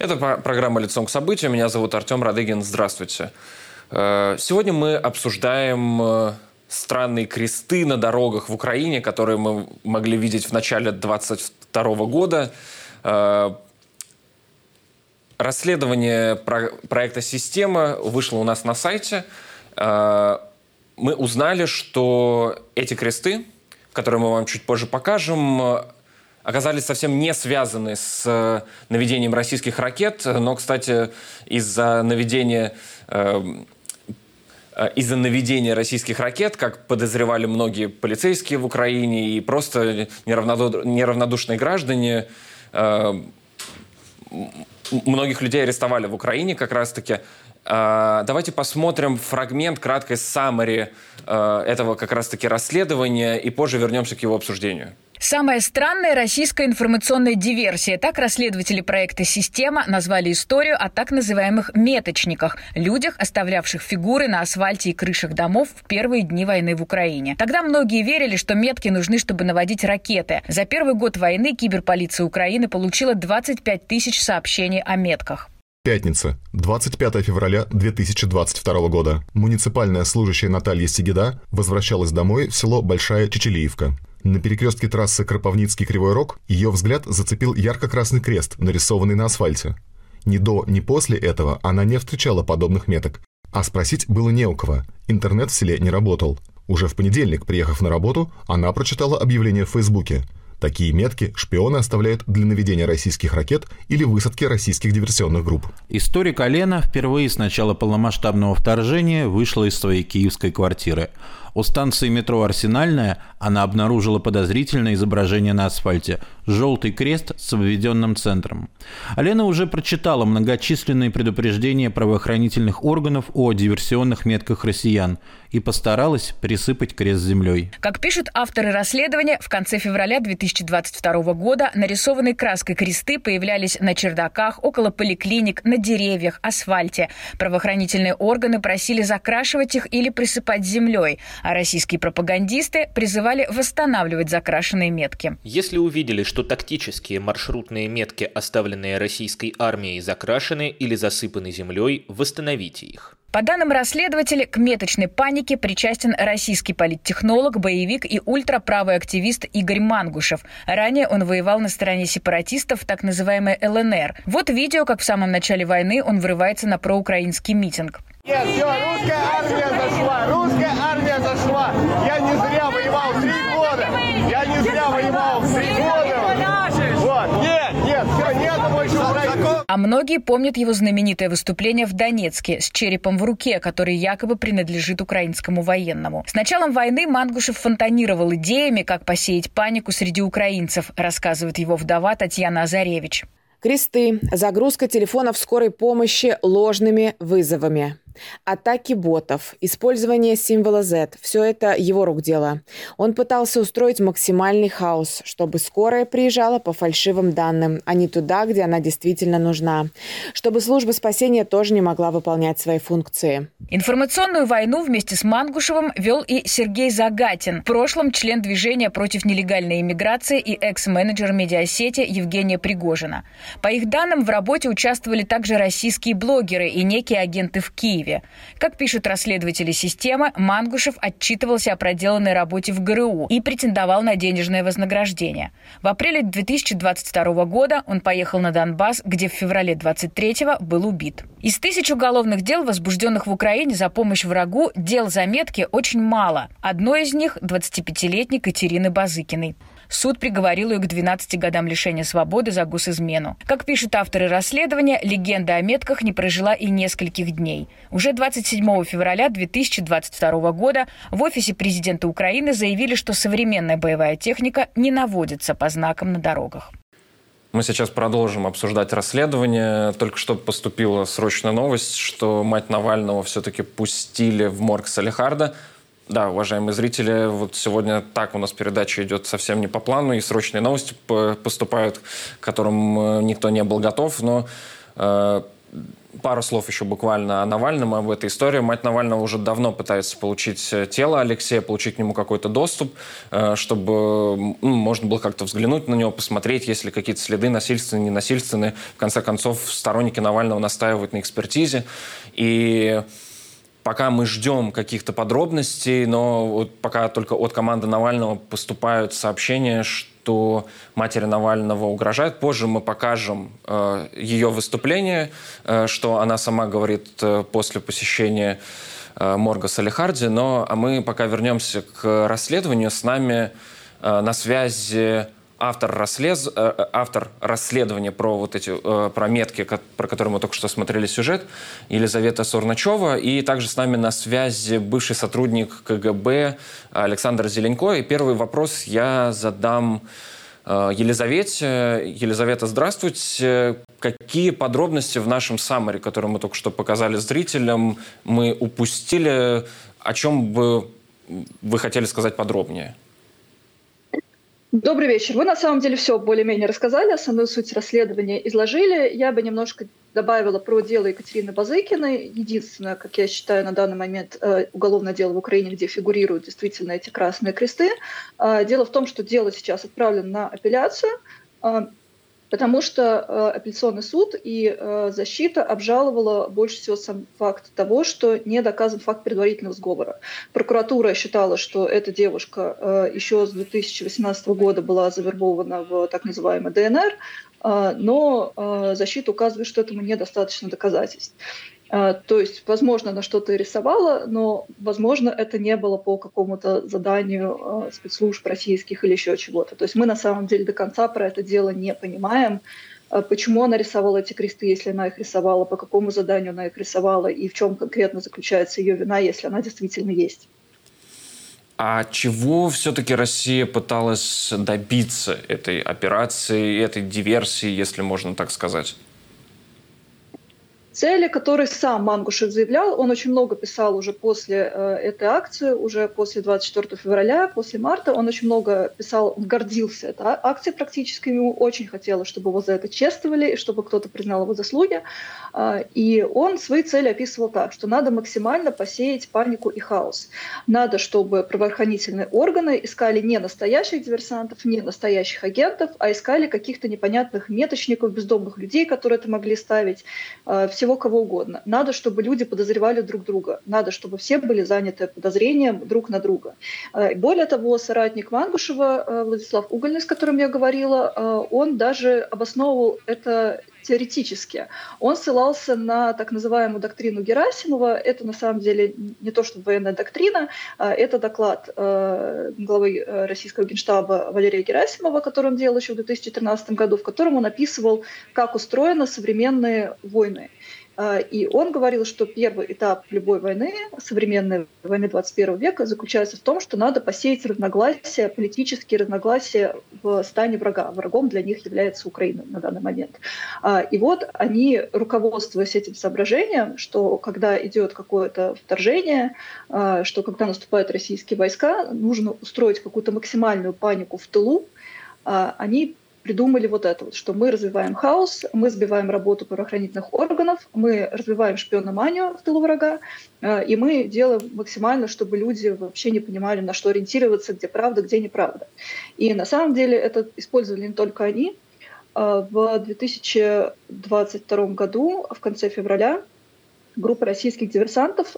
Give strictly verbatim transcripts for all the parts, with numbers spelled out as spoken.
Это программа «Лицом к событию». Меня зовут Артем Радыгин. Здравствуйте. Сегодня мы обсуждаем странные кресты на дорогах в Украине, которые мы могли видеть в начале двадцать второго года. Расследование проекта «Система» вышло у нас на сайте. Мы узнали, что эти кресты, которые мы вам чуть позже покажем, оказались совсем не связаны с наведением российских ракет. Но, кстати, из-за наведения, э, из-за наведения российских ракет, как подозревали многие полицейские в Украине и просто неравноду, неравнодушные граждане, э, многих людей арестовали в Украине как раз-таки. Э, давайте посмотрим фрагмент краткой саммари э, этого как раз-таки расследования и позже вернемся к его обсуждению. Самая странная российская информационная диверсия. Так расследователи проекта «Система» назвали историю о так называемых меточниках – людях, оставлявших фигуры на асфальте и крышах домов в первые дни войны в Украине. Тогда многие верили, что метки нужны, чтобы наводить ракеты. За первый год войны киберполиция Украины получила двадцать пять тысяч сообщений о метках. Пятница, двадцать пятого февраля две тысячи двадцать второго года. Муниципальная служащая Наталья Сигида возвращалась домой в село Большая Чечелиевка. На перекрестке трассы Кропивницкий-Кривой Рог ее взгляд зацепил ярко-красный крест, нарисованный на асфальте. Ни до, ни после этого она не встречала подобных меток. А спросить было не у кого. Интернет в селе не работал. Уже в понедельник, приехав на работу, она прочитала объявление в Фейсбуке. Такие метки шпионы оставляют для наведения российских ракет или высадки российских диверсионных групп. Историк Алена впервые с начала полномасштабного вторжения вышла из своей киевской квартиры. У станции метро «Арсенальная» она обнаружила подозрительное изображение на асфальте – желтый крест с обведенным центром. Алена уже прочитала многочисленные предупреждения правоохранительных органов о диверсионных метках россиян и постаралась присыпать крест землей. Как пишут авторы расследования, в конце февраля две тысячи двадцать второго года нарисованные краской кресты появлялись на чердаках, около поликлиник, на деревьях, асфальте. Правоохранительные органы просили закрашивать их или присыпать землей, а российские пропагандисты призывали восстанавливать закрашенные метки. Если увидели, что тактические маршрутные метки, оставленные российской армией, закрашены или засыпаны землей, восстановите их. По данным расследователей, к меточной панике причастен российский политтехнолог, боевик и ультраправый активист Игорь Мангушев. Ранее он воевал на стороне сепаратистов, так называемой эл эн эр. Вот видео, как в самом начале войны он врывается на проукраинский митинг. Нет, все, русская армия зашла, русская армия зашла. Я не зря воевал три года. Я не зря воевал три года. Вот, нет, нет, все, нет больше Украины. А многие помнят его знаменитое выступление в Донецке с черепом в руке, который якобы принадлежит украинскому военному. С началом войны Мангушев фонтанировал идеями, как посеять панику среди украинцев, рассказывает его вдова Татьяна Азаревич. Кресты, загрузка телефонов скорой помощи ложными вызовами, атаки ботов, использование символа Z – все это его рук дело. Он пытался устроить максимальный хаос, чтобы скорая приезжала по фальшивым данным, а не туда, где она действительно нужна. Чтобы служба спасения тоже не могла выполнять свои функции. Информационную войну вместе с Мангушевым вел и Сергей Загатин, в прошлом член движения против нелегальной иммиграции и экс-менеджер медиасети Евгения Пригожина. По их данным, в работе участвовали также российские блогеры и некие агенты в Киеве. Как пишут расследователи «Системы», Мангушев отчитывался о проделанной работе в гэ эр у и претендовал на денежное вознаграждение. В апреле две тысячи двадцать второго года он поехал на Донбасс, где в феврале двадцать третьего был убит. Из тысяч уголовных дел, возбужденных в Украине за помощь врагу, дел за метки очень мало. Одно из них – двадцатипятилетней Катерины Базыкиной. Суд приговорил ее к двенадцати годам лишения свободы за госизмену. Как пишут авторы расследования, легенда о метках не прожила и нескольких дней. Уже двадцать седьмого февраля две тысячи двадцать второго года в офисе президента Украины заявили, что современная боевая техника не наводится по знакам на дорогах. Мы сейчас продолжим обсуждать расследование. Только что поступила срочная новость, что мать Навального все-таки пустили в морг Салехарда. Да, уважаемые зрители, вот сегодня так у нас передача идет совсем не по плану, и срочные новости поступают, к которым никто не был готов. Но э, Пару слов еще буквально о Навальном, об этой истории. Мать Навального уже давно пытается получить тело Алексея, получить к нему какой-то доступ, чтобы ну, можно было как-то взглянуть на него, посмотреть, есть ли какие-то следы насильственные, ненасильственные. В конце концов, сторонники Навального настаивают на экспертизе. И пока мы ждем каких-то подробностей, но вот пока только от команды Навального поступают сообщения, что матери Навального угрожают. Позже мы покажем э, ее выступление, э, что она сама говорит э, после посещения э, морга Салехарди. Но а мы пока вернемся к расследованию. С нами э, на связи автор, расслез... автор расследования про вот эти про метки, про которые мы только что смотрели сюжет, Елизавета Сурначева, и также с нами на связи бывший сотрудник ка гэ бэ Александр Зеленько. И первый вопрос я задам Елизавете. Елизавета, здравствуйте. Какие подробности в нашем саммари, который мы только что показали зрителям, мы упустили? О чем бы вы хотели сказать подробнее? Добрый вечер. Вы на самом деле все более-менее рассказали, основную суть расследования изложили. Я бы немножко добавила про дело Екатерины Базыкиной. Единственное, как я считаю, на данный момент уголовное дело в Украине, где фигурируют действительно эти красные кресты. Дело в том, что дело сейчас отправлено на апелляцию, потому что апелляционный суд и защита обжаловала больше всего сам факт того, что не доказан факт предварительного сговора. Прокуратура считала, что эта девушка еще с две тысячи восемнадцатого года была завербована в так называемый дэ эн эр, но защита указывает, что этому недостаточно доказательств. То есть, возможно, она что-то рисовала, но, возможно, это не было по какому-то заданию спецслужб российских или еще чего-то. То есть мы на самом деле до конца про это дело не понимаем, почему она рисовала эти кресты, если она их рисовала, по какому заданию она их рисовала и в чем конкретно заключается ее вина, если она действительно есть. А чего все-таки Россия пыталась добиться этой операции, этой диверсии, если можно так сказать? Цели, которые сам Мангушев заявлял, он очень много писал уже после э, этой акции, уже после двадцать четвёртого февраля, после марта, он очень много писал, он гордился этой акцией практически, ему очень хотелось, чтобы его за это чествовали, и чтобы кто-то признал его заслуги. Э, и он свои цели описывал так, что надо максимально посеять панику и хаос. Надо, чтобы правоохранительные органы искали не настоящих диверсантов, не настоящих агентов, а искали каких-то непонятных меточников, бездомных людей, которые это могли ставить, э, всего кого угодно. Надо, чтобы люди подозревали друг друга. Надо, чтобы все были заняты подозрением друг на друга. Более того, соратник Мангушева, Владислав Угольный, с которым я говорила, он даже обосновывал это теоретически. Он ссылался на так называемую доктрину Герасимова. Это на самом деле не то, что военная доктрина, это доклад главы российского генштаба Валерия Герасимова, который он делал еще в две тысячи тринадцатом году, в котором он описывал, как устроены современные войны. И он говорил, что первый этап любой войны, современной войны двадцать первого века, заключается в том, что надо посеять разногласия, политические разногласия в стане врага. Врагом для них является Украина на данный момент. И вот они, руководствуясь этим соображением, что когда идет какое-то вторжение, что когда наступают российские войска, нужно устроить какую-то максимальную панику в тылу, они придумали вот это вот, что мы развиваем хаос, мы сбиваем работу правоохранительных органов, мы развиваем шпиономанию в тылу врага, и мы делаем максимально, чтобы люди вообще не понимали, на что ориентироваться, где правда, где неправда. И на самом деле это использовали не только они. В две тысячи двадцать втором году, в конце февраля, группа российских диверсантов,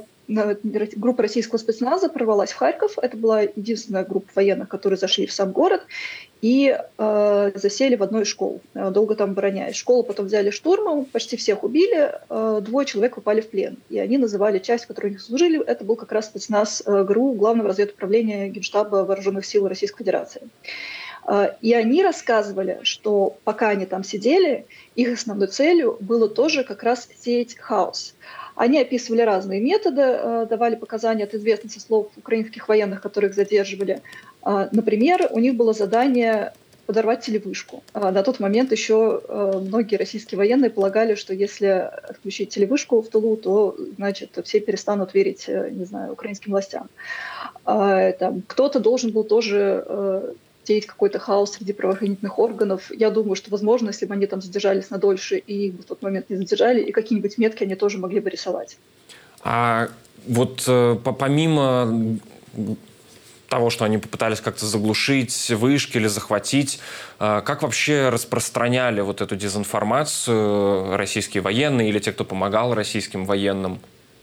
группа российского спецназа прорвалась в Харьков. Это была единственная группа военных, которые зашли в сам город и э, засели в одной из школ, долго там обороняясь. Школу потом взяли штурмом, почти всех убили, э, двое человек попали в плен. И они называли часть, в которой они служили, это был как раз спецназ э, ГРУ, Главного разведуправления Генштаба Вооруженных сил Российской Федерации. Э, и они рассказывали, что пока они там сидели, их основной целью было тоже как раз сеять хаос. Они описывали разные методы, давали показания от известных со слов украинских военных, которых задерживали. Например, у них было задание подорвать телевышку. На тот момент еще многие российские военные полагали, что если отключить телевышку в тылу, то, значит, все перестанут верить, не знаю, украинским властям. Там, кто-то должен был тоже сеять какой-то хаос среди правоохранительных органов. Я думаю, что, возможно, если бы они там задержались на дольше и их в тот момент не задержали, и какие-нибудь метки они тоже могли бы рисовать. А вот помимо того, что они попытались как-то заглушить вышки или захватить, как вообще распространяли вот эту дезинформацию российские военные или те, кто помогал российским военным?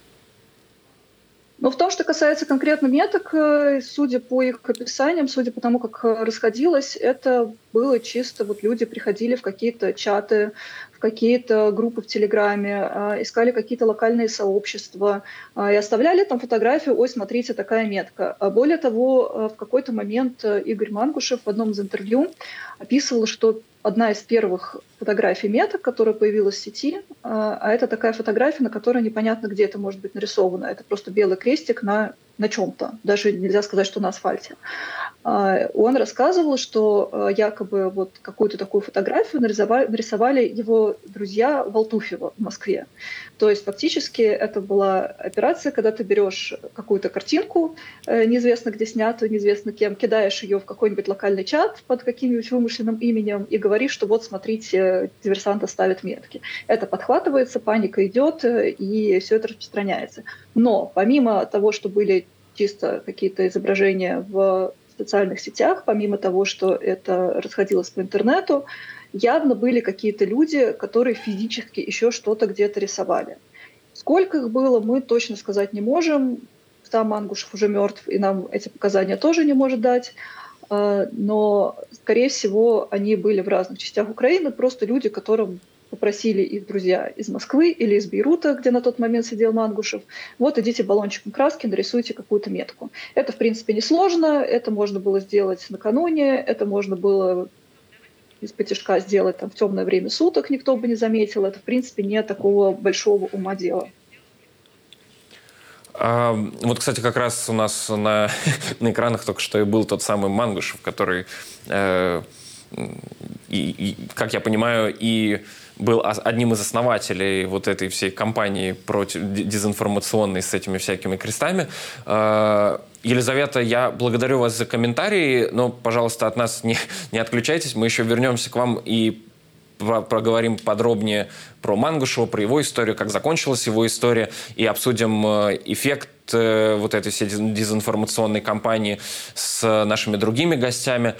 Но в том, что касается конкретно меток, судя по их описаниям, судя по тому, как расходилось, это было чисто, вот люди приходили в какие-то чаты, в какие-то группы в Телеграме, искали какие-то локальные сообщества и оставляли там фотографию: ой, смотрите, такая метка. Более того, в какой-то момент Игорь Мангушев в одном из интервью описывал, что одна из первых фотографий меток, которая появилась в сети, а это такая фотография, на которой непонятно, где это может быть нарисовано. Это просто белый крестик на, на чем-то, даже нельзя сказать, что на асфальте. Он рассказывал, что якобы вот какую-то такую фотографию нарисовали, нарисовали его друзья в Алтуфьево в Москве. То есть фактически это была операция, когда ты берешь какую-то картинку, неизвестно где снятую, неизвестно кем, кидаешь ее в какой-нибудь локальный чат под каким-нибудь вымышленным именем и говоришь, что вот смотрите, диверсанты ставят метки. Это подхватывается, паника идет, и все это распространяется. Но помимо того, что были чисто какие-то изображения в социальных сетях, помимо того, что это расходилось по интернету, явно были какие-то люди, которые физически еще что-то где-то рисовали. Сколько их было, мы точно сказать не можем. Сам Мангушев уже мертв, и нам эти показания тоже не может дать. Но, скорее всего, они были в разных частях Украины, просто люди, которым попросили их друзья из Москвы или из Бейрута, где на тот момент сидел Мангушев: вот идите баллончиком краски, нарисуйте какую-то метку. Это, в принципе, несложно, это можно было сделать накануне, это можно было из-под тишка сделать там в темное время суток, никто бы не заметил. Это, в принципе, не такого большого ума дело. А, вот, кстати, как раз у нас на, на экранах только что и был тот самый Мангушев, который, э, и, и, как я понимаю, и был одним из основателей вот этой всей кампании против дезинформационной с этими всякими крестами. Елизавета, я благодарю вас за комментарии, но, пожалуйста, от нас не, не отключайтесь. Мы еще вернемся к вам и проговорим подробнее про Мангушева, про его историю, как закончилась его история, и обсудим эффект вот этой всей дезинформационной кампании с нашими другими гостями.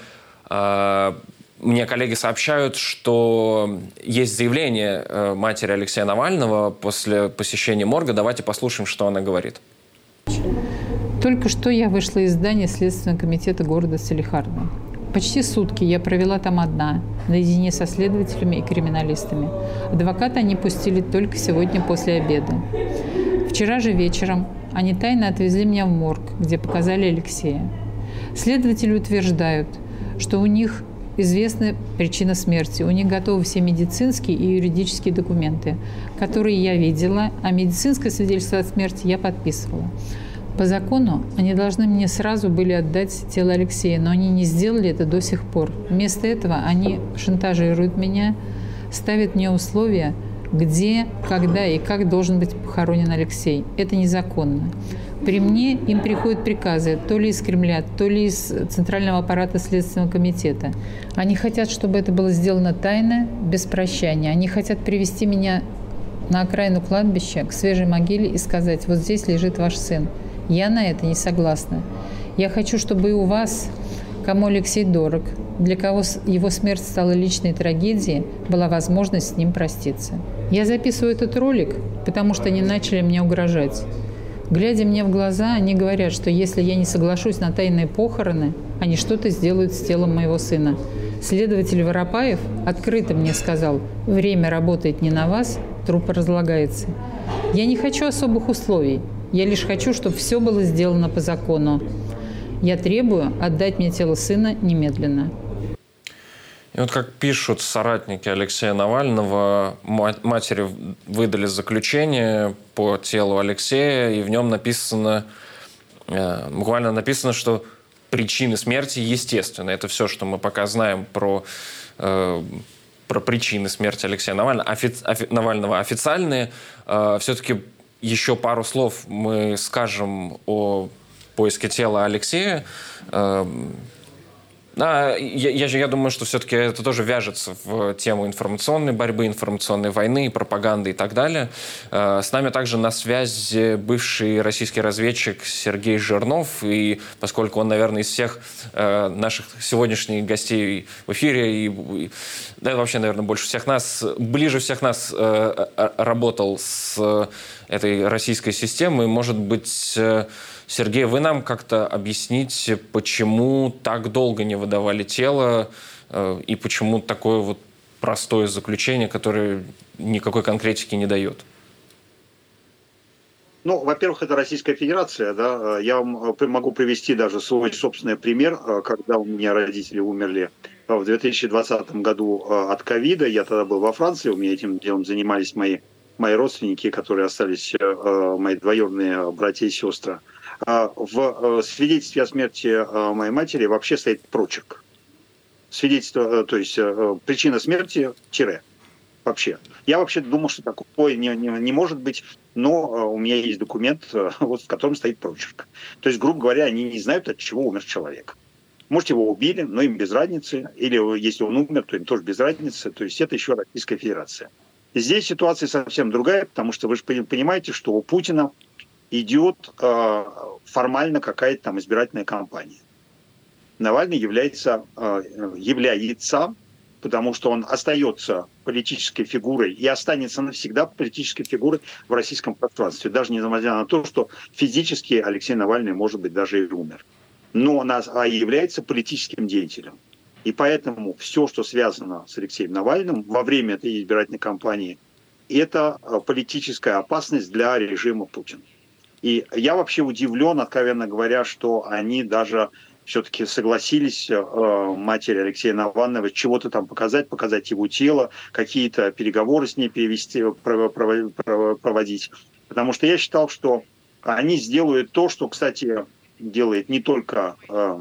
Мне коллеги сообщают, что есть заявление матери Алексея Навального после посещения морга. Давайте послушаем, что она говорит. Только что я вышла из здания Следственного комитета города Салехарда. Почти сутки я провела там одна, наедине со следователями и криминалистами. Адвоката они пустили только сегодня после обеда. Вчера же вечером они тайно отвезли меня в морг, где показали Алексея. Следователи утверждают, что у них известна причина смерти. У них готовы все медицинские и юридические документы, которые я видела, а медицинское свидетельство о смерти я подписывала. По закону они должны мне сразу были отдать тело Алексея, но они не сделали это до сих пор. Вместо этого они шантажируют меня, ставят мне условия, где, когда и как должен быть похоронен Алексей. Это незаконно. При мне им приходят приказы то ли из Кремля, то ли из Центрального аппарата Следственного комитета. Они хотят, чтобы это было сделано тайно, без прощания. Они хотят привести меня на окраину кладбища, к свежей могиле и сказать: вот здесь лежит ваш сын. Я на это не согласна. Я хочу, чтобы и у вас, кому Алексей дорог, для кого его смерть стала личной трагедией, была возможность с ним проститься. Я записываю этот ролик, потому что они начали мне угрожать. Глядя мне в глаза, они говорят, что если я не соглашусь на тайные похороны, они что-то сделают с телом моего сына. Следователь Воропаев открыто мне сказал: время работает не на вас, труп разлагается. Я не хочу особых условий. Я лишь хочу, чтобы все было сделано по закону. Я требую отдать мне тело сына немедленно. И вот как пишут соратники Алексея Навального, матери выдали заключение по телу Алексея, и в нем написано, буквально написано, что причины смерти естественны. Это все, что мы пока знаем про, про причины смерти Алексея Навального. Офи, офи, Навального официальные. Все-таки еще пару слов мы скажем о поиске тела Алексея. Да, я, я, я думаю, что все-таки это тоже вяжется в тему информационной борьбы, информационной войны, пропаганды и так далее. С нами также на связи бывший российский разведчик Сергей Жирнов, и поскольку он, наверное, из всех наших сегодняшних гостей в эфире, и, да, вообще, наверное, больше всех нас, ближе всех нас работал с этой российской системой, может быть... Сергей, вы нам как-то объясните, почему так долго не выдавали тело э, и почему такое вот простое заключение, которое никакой конкретики не дает? Ну, во-первых, это Российская Федерация, да. Я вам могу привести даже свой собственный пример, когда у меня родители умерли в две тысячи двадцатом году от ковида. Я тогда был во Франции, у меня этим делом занимались мои, мои родственники, которые остались, мои двоюродные братья и сестры. В свидетельстве о смерти моей матери вообще стоит прочерк. Свидетельство, то есть причина смерти тире. Вообще. Я вообще думал, что такое не, не, не может быть, но у меня есть документ, вот, в котором стоит прочерк. То есть, грубо говоря, они не знают, от чего умер человек. Может, его убили, но им без разницы. Или если он умер, то им тоже без разницы. То есть это еще Российская Федерация. Здесь ситуация совсем другая, потому что вы же понимаете, что у Путина идет э, формально какая-то там избирательная кампания. Навальный является, э, является, потому что он остается политической фигурой и останется навсегда политической фигурой в российском пространстве, даже несмотря на то, что физически Алексей Навальный, может быть, даже и умер. Но он а является политическим деятелем. И поэтому все, что связано с Алексеем Навальным во время этой избирательной кампании, это политическая опасность для режима Путина. И я вообще удивлен, откровенно говоря, что они даже все-таки согласились, э, матери Алексея Навального, чего-то там показать, показать его тело, какие-то переговоры с ней перевести, проводить. Потому что я считал, что они сделают то, что, кстати, делает не только э,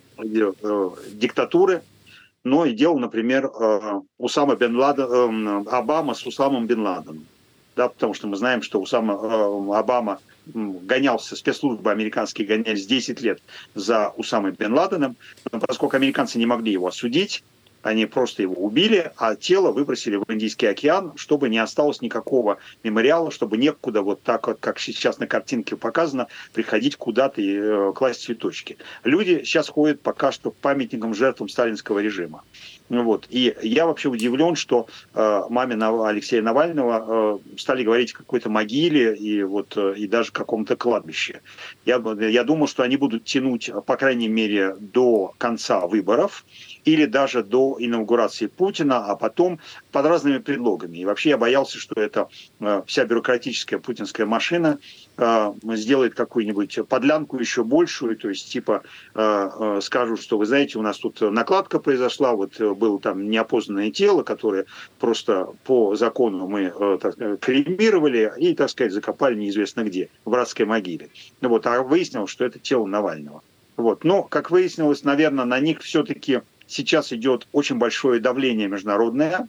э, диктатуры, но и делал, например, э, Усама бен Ладен, э, Обама с Усамом бен Ладеном. Да, потому что мы знаем, что Усама э, Обама гонялся, спецслужбы американские гонялись десять лет за Усамой бен Ладеном, но поскольку американцы не могли его осудить, они просто его убили, а тело выбросили в Индийский океан, чтобы не осталось никакого мемориала, чтобы некуда, вот так вот, как сейчас на картинке показано, приходить куда-то и э, класть цветочки. Люди сейчас ходят пока что к памятникам жертвам сталинского режима. Вот. И я вообще удивлен, что э, маме Алексея Навального э, стали говорить о какой-то могиле и, вот, э, и даже каком-то кладбище. Я, я думаю, что они будут тянуть, по крайней мере, до конца выборов или даже до инаугурации Путина, а потом под разными предлогами. И вообще я боялся, что эта э, вся бюрократическая путинская машина э, сделает какую-нибудь подлянку еще большую, то есть типа э, э, скажут, что вы знаете, у нас тут накладка произошла, вот было там неопознанное тело, которое просто по закону мы э, так, кремировали и, так сказать, закопали неизвестно где, в братской могиле. Вот, а выяснилось, что это тело Навального. Вот. Но, как выяснилось, наверное, на них все-таки сейчас идет очень большое давление международное.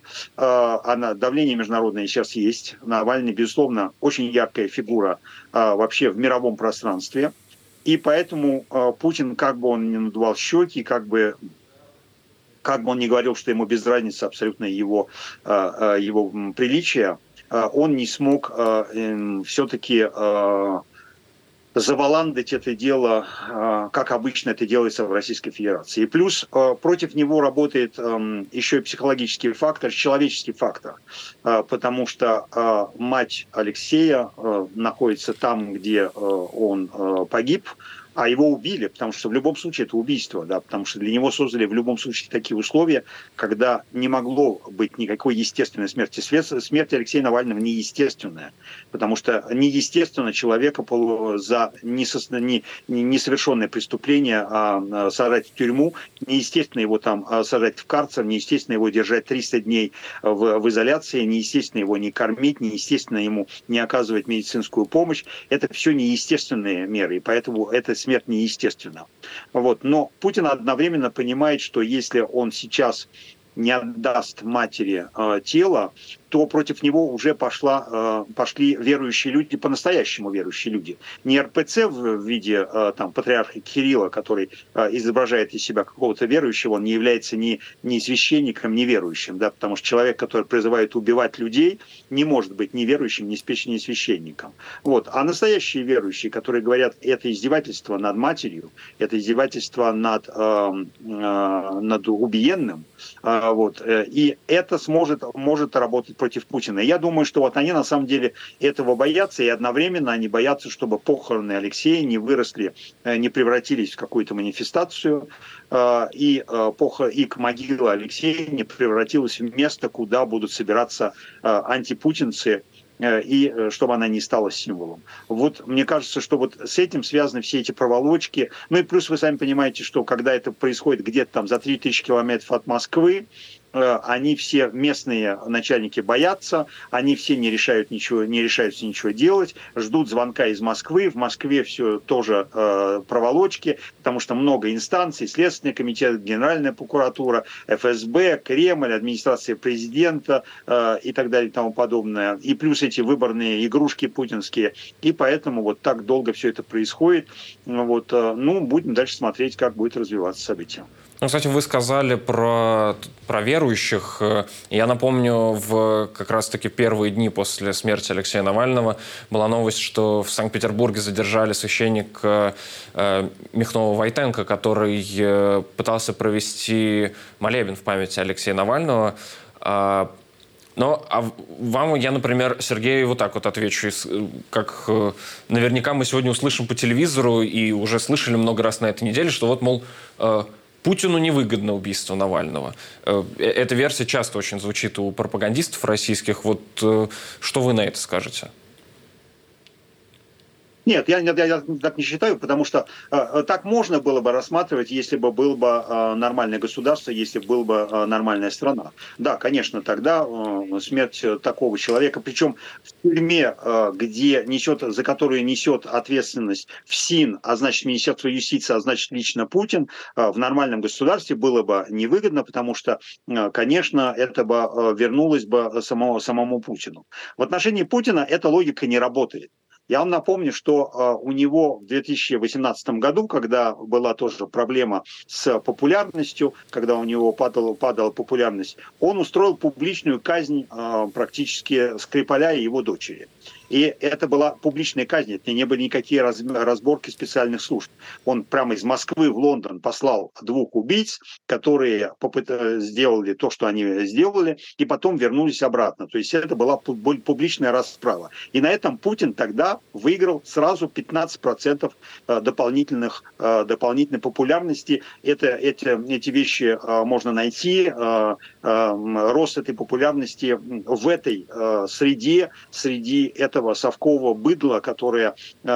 А давление международное сейчас есть. Навальный, безусловно, очень яркая фигура вообще в мировом пространстве. И поэтому Путин, как бы он ни надувал щеки, как бы, как бы он ни говорил, что ему без разницы абсолютно его, его приличия, он не смог все-таки заваландать это дело, как обычно это делается в Российской Федерации. И плюс против него работает еще и психологический фактор, человеческий фактор, потому что мать Алексея находится там, где он погиб, а его убили, потому что в любом случае это убийство, да, потому что для него создали в любом случае такие условия, когда не могло быть никакой естественной смерти. Смерть Алексея Навального неестественная, потому что неестественно человека за несовершенное преступление а сажать в тюрьму, неестественно его там сажать в карцер, неестественно его держать триста дней в, в изоляции, неестественно его не кормить, неестественно ему не оказывать медицинскую помощь. Это все неестественные меры, и поэтому это смерть неестественна. Вот. Но Путин одновременно понимает, что если он сейчас не отдаст матери э, тело, то то против него уже пошла, пошли верующие люди, по-настоящему верующие люди. Не эр пэ цэ в виде там, патриарха Кирилла, который изображает из себя какого-то верующего, он не является ни, ни священником, ни верующим, да, потому что человек, который призывает убивать людей, не может быть ни верующим, ни священником. Вот. А настоящие верующие, которые говорят, это издевательство над матерью, это издевательство над, э, э, над убиенным, э, вот, э, и это сможет, может работать против Путина. Я думаю, что вот они на самом деле этого боятся, и одновременно они боятся, чтобы похороны Алексея не выросли, э, не превратились в какую-то манифестацию, э, и, э, пох... и к могиле Алексея не превратилась в место, куда будут собираться э, антипутинцы, и чтобы она не стала символом. Вот мне кажется, что вот с этим связаны все эти проволочки. Ну и плюс вы сами понимаете, что когда это происходит где-то там за три тысячи километров от Москвы, они все, местные начальники, боятся, они все не решают ничего, не решаются ничего делать, ждут звонка из Москвы. В Москве все тоже э, проволочки, потому что много инстанций, Следственный комитет, Генеральная прокуратура, эф эс бэ, Кремль, администрация президента э, и так далее и тому подобное. И плюс эти выборные игрушки путинские. И поэтому вот так долго все это происходит. Вот, э, ну, будем дальше смотреть, как будет развиваться событие. Ну, кстати, вы сказали про, про верующих. Я напомню, в как раз-таки первые дни после смерти Алексея Навального была новость, что в Санкт-Петербурге задержали священника э, Михнова-Войтенко, который э, пытался провести молебен в память Алексея Навального. А, но а вам я, например, Сергей, вот так вот отвечу, как э, наверняка мы сегодня услышим по телевизору и уже слышали много раз на этой неделе, что вот, мол, э, Путину невыгодно убийство Навального. Эта версия часто очень звучит у пропагандистов российских. Вот что вы на это скажете? Нет, я, я, я так не считаю, потому что э, так можно было бы рассматривать, если бы было бы э, нормальное государство, если бы была бы э, нормальная страна. Да, конечно, тогда э, смерть такого человека, причем в тюрьме, э, где несет, за которую несет ответственность ФСИН, а значит Министерство юстиции, а значит лично Путин, э, в нормальном государстве было бы невыгодно, потому что, э, конечно, это бы э, вернулось бы самому, самому Путину. В отношении Путина эта логика не работает. Я вам напомню, что э, у него в две тысячи восемнадцатом году, когда была тоже проблема с популярностью, когда у него падала, падала популярность, он устроил публичную казнь э, практически Скрипаля и его дочери. И это была публичная казнь, это не были никакие разборки специальных служб. Он прямо из Москвы в Лондон послал двух убийц, которые сделали то, что они сделали, и потом вернулись обратно. То есть это была публичная расправа. И на этом Путин тогда выиграл сразу пятнадцать процентов дополнительных, дополнительной популярности. Это, эти, эти вещи можно найти. Рост этой популярности в этой среде, среди этого этого совкового быдла, которое,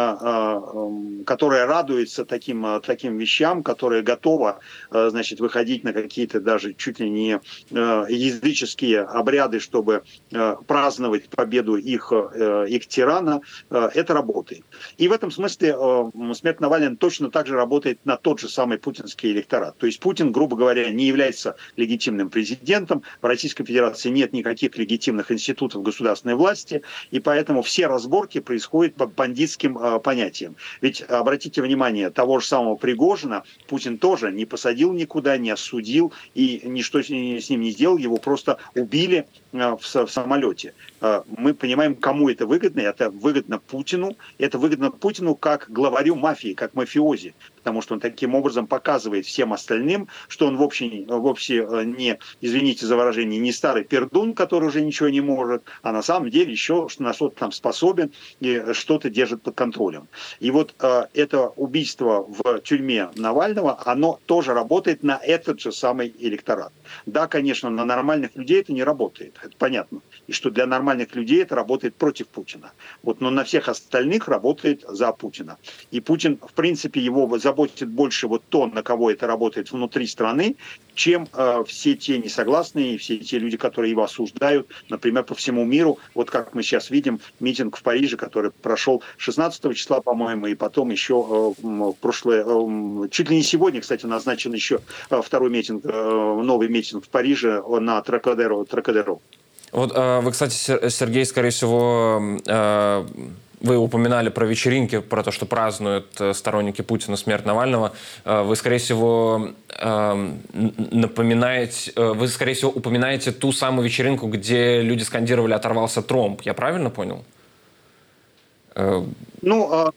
которое радуется таким, таким вещам, которое готово, значит, выходить на какие-то даже чуть ли не языческие обряды, чтобы праздновать победу их, их тирана, это работает. И в этом смысле смерть Навального точно так же работает на тот же самый путинский электорат. То есть Путин, грубо говоря, не является легитимным президентом, в Российской Федерации нет никаких легитимных институтов государственной власти, и поэтому все разборки происходят по бандитским э, понятиям. Ведь, обратите внимание, того же самого Пригожина Путин тоже не посадил никуда, не осудил и ничто с ним не сделал, его просто убили э, в, в самолете. Э, мы понимаем, кому это выгодно. Это выгодно Путину. Это выгодно Путину как главарю мафии, как мафиози. Потому что он таким образом показывает всем остальным, что он вовсе, вовсе не, извините за выражение, не старый пердун, который уже ничего не может, а на самом деле еще на что-то там способен и что-то держит под контролем. И вот э, это убийство в тюрьме Навального, оно тоже работает на этот же самый электорат. Да, конечно, на нормальных людей это не работает, это понятно. И что для нормальных людей это работает против Путина. Вот, но на всех остальных работает за Путина. И Путин, в принципе, его заботит больше вот то, на кого это работает внутри страны, чем э, все те несогласные, все те люди, которые его осуждают, например, по всему миру. Вот как мы сейчас видим, митинг в Париже, который прошел шестнадцатого числа, по-моему, и потом еще э, прошлое, э, чуть ли не сегодня, кстати, назначен еще э, второй митинг, э, новый митинг в Париже на Трокадеро. Трокадеро. Вот вы, кстати, Сергей, скорее всего, вы упоминали про вечеринки, про то, что празднуют сторонники Путина смерть Навального. Вы, скорее всего, напоминаете, вы, скорее всего, упоминаете ту самую вечеринку, где люди скандировали «оторвался тромб». Я правильно понял? Ну,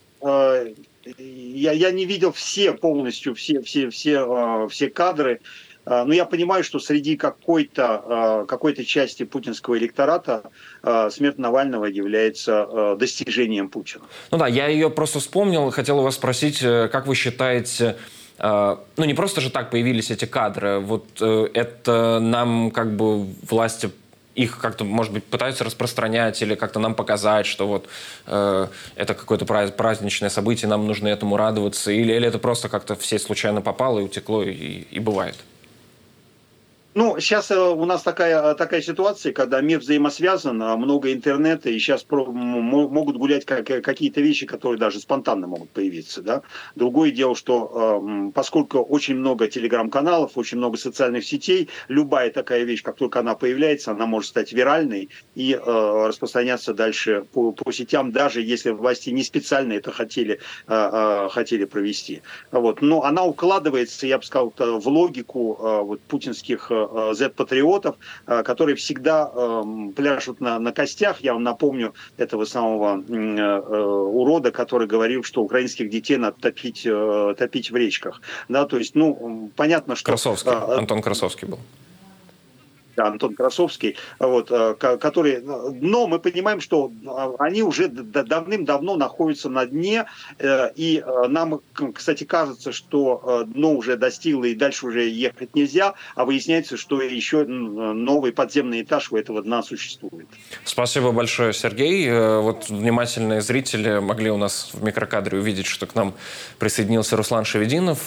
я, я не видел все полностью, все, все, все, все кадры. Но я понимаю, что среди какой-то, какой-то части путинского электората смерть Навального является достижением Путина. Ну да, я ее просто вспомнил, хотел у вас спросить, как вы считаете, ну не просто же так появились эти кадры, вот это нам как бы власти их как-то, может быть, пытаются распространять или как-то нам показать, что вот э, это какое-то праздничное событие, нам нужно этому радоваться, или, или это просто как-то все случайно попало и утекло, и, и бывает? Ну, сейчас у нас такая, такая ситуация, когда мир взаимосвязан, много интернета, и сейчас могут гулять какие-то вещи, которые даже спонтанно могут появиться. Да? Другое дело, что поскольку очень много телеграм-каналов, очень много социальных сетей, любая такая вещь, как только она появляется, она может стать виральной и распространяться дальше по, по сетям, даже если власти не специально это хотели, хотели провести. Вот. Но она укладывается, я бы сказал, в логику вот, путинских зет-патриотов, которые всегда пляшут на, на костях. Я вам напомню этого самого урода, который говорил, что украинских детей надо топить, топить в речках. Да, то есть, ну, понятно, что... Красовский, Антон Красовский был. Да, Антон Красовский, вот, который, но мы понимаем, что они уже давным-давно находятся на дне, и нам, кстати, кажется, что дно уже достигло и дальше уже ехать нельзя, а выясняется, что еще новый подземный этаж у этого дна существует. Спасибо большое, Сергей. Вот внимательные зрители могли у нас в микрокадре увидеть, что к нам присоединился Руслан Шевединов.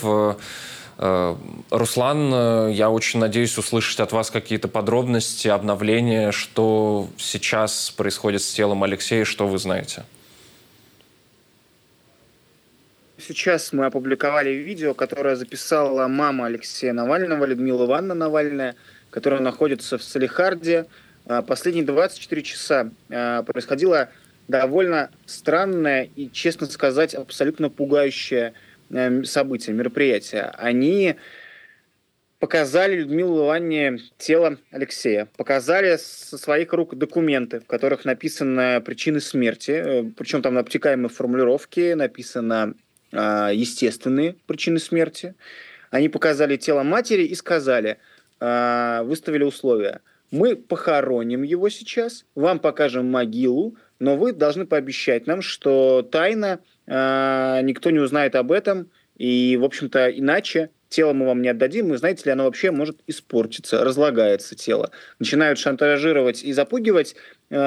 Руслан, я очень надеюсь услышать от вас какие-то подробности, обновления, что сейчас происходит с телом Алексея, что вы знаете? Сейчас мы опубликовали видео, которое записала мама Алексея Навального, Людмила Ивановна Навальная, которая находится в Салехарде. Последние двадцать четыре часа происходило довольно странное и, честно сказать, абсолютно пугающее события, мероприятия. Они показали Людмиле Ивановне тело Алексея, показали со своих рук документы, в которых написаны причины смерти, причем там на обтекаемой формулировке написано э, естественные причины смерти. Они показали тело матери и сказали, э, выставили условия. Мы похороним его сейчас, вам покажем могилу, но вы должны пообещать нам, что тайна никто не узнает об этом, и, в общем-то, иначе тело мы вам не отдадим, и, знаете ли, оно вообще может испортиться, разлагается тело. Начинают шантажировать и запугивать.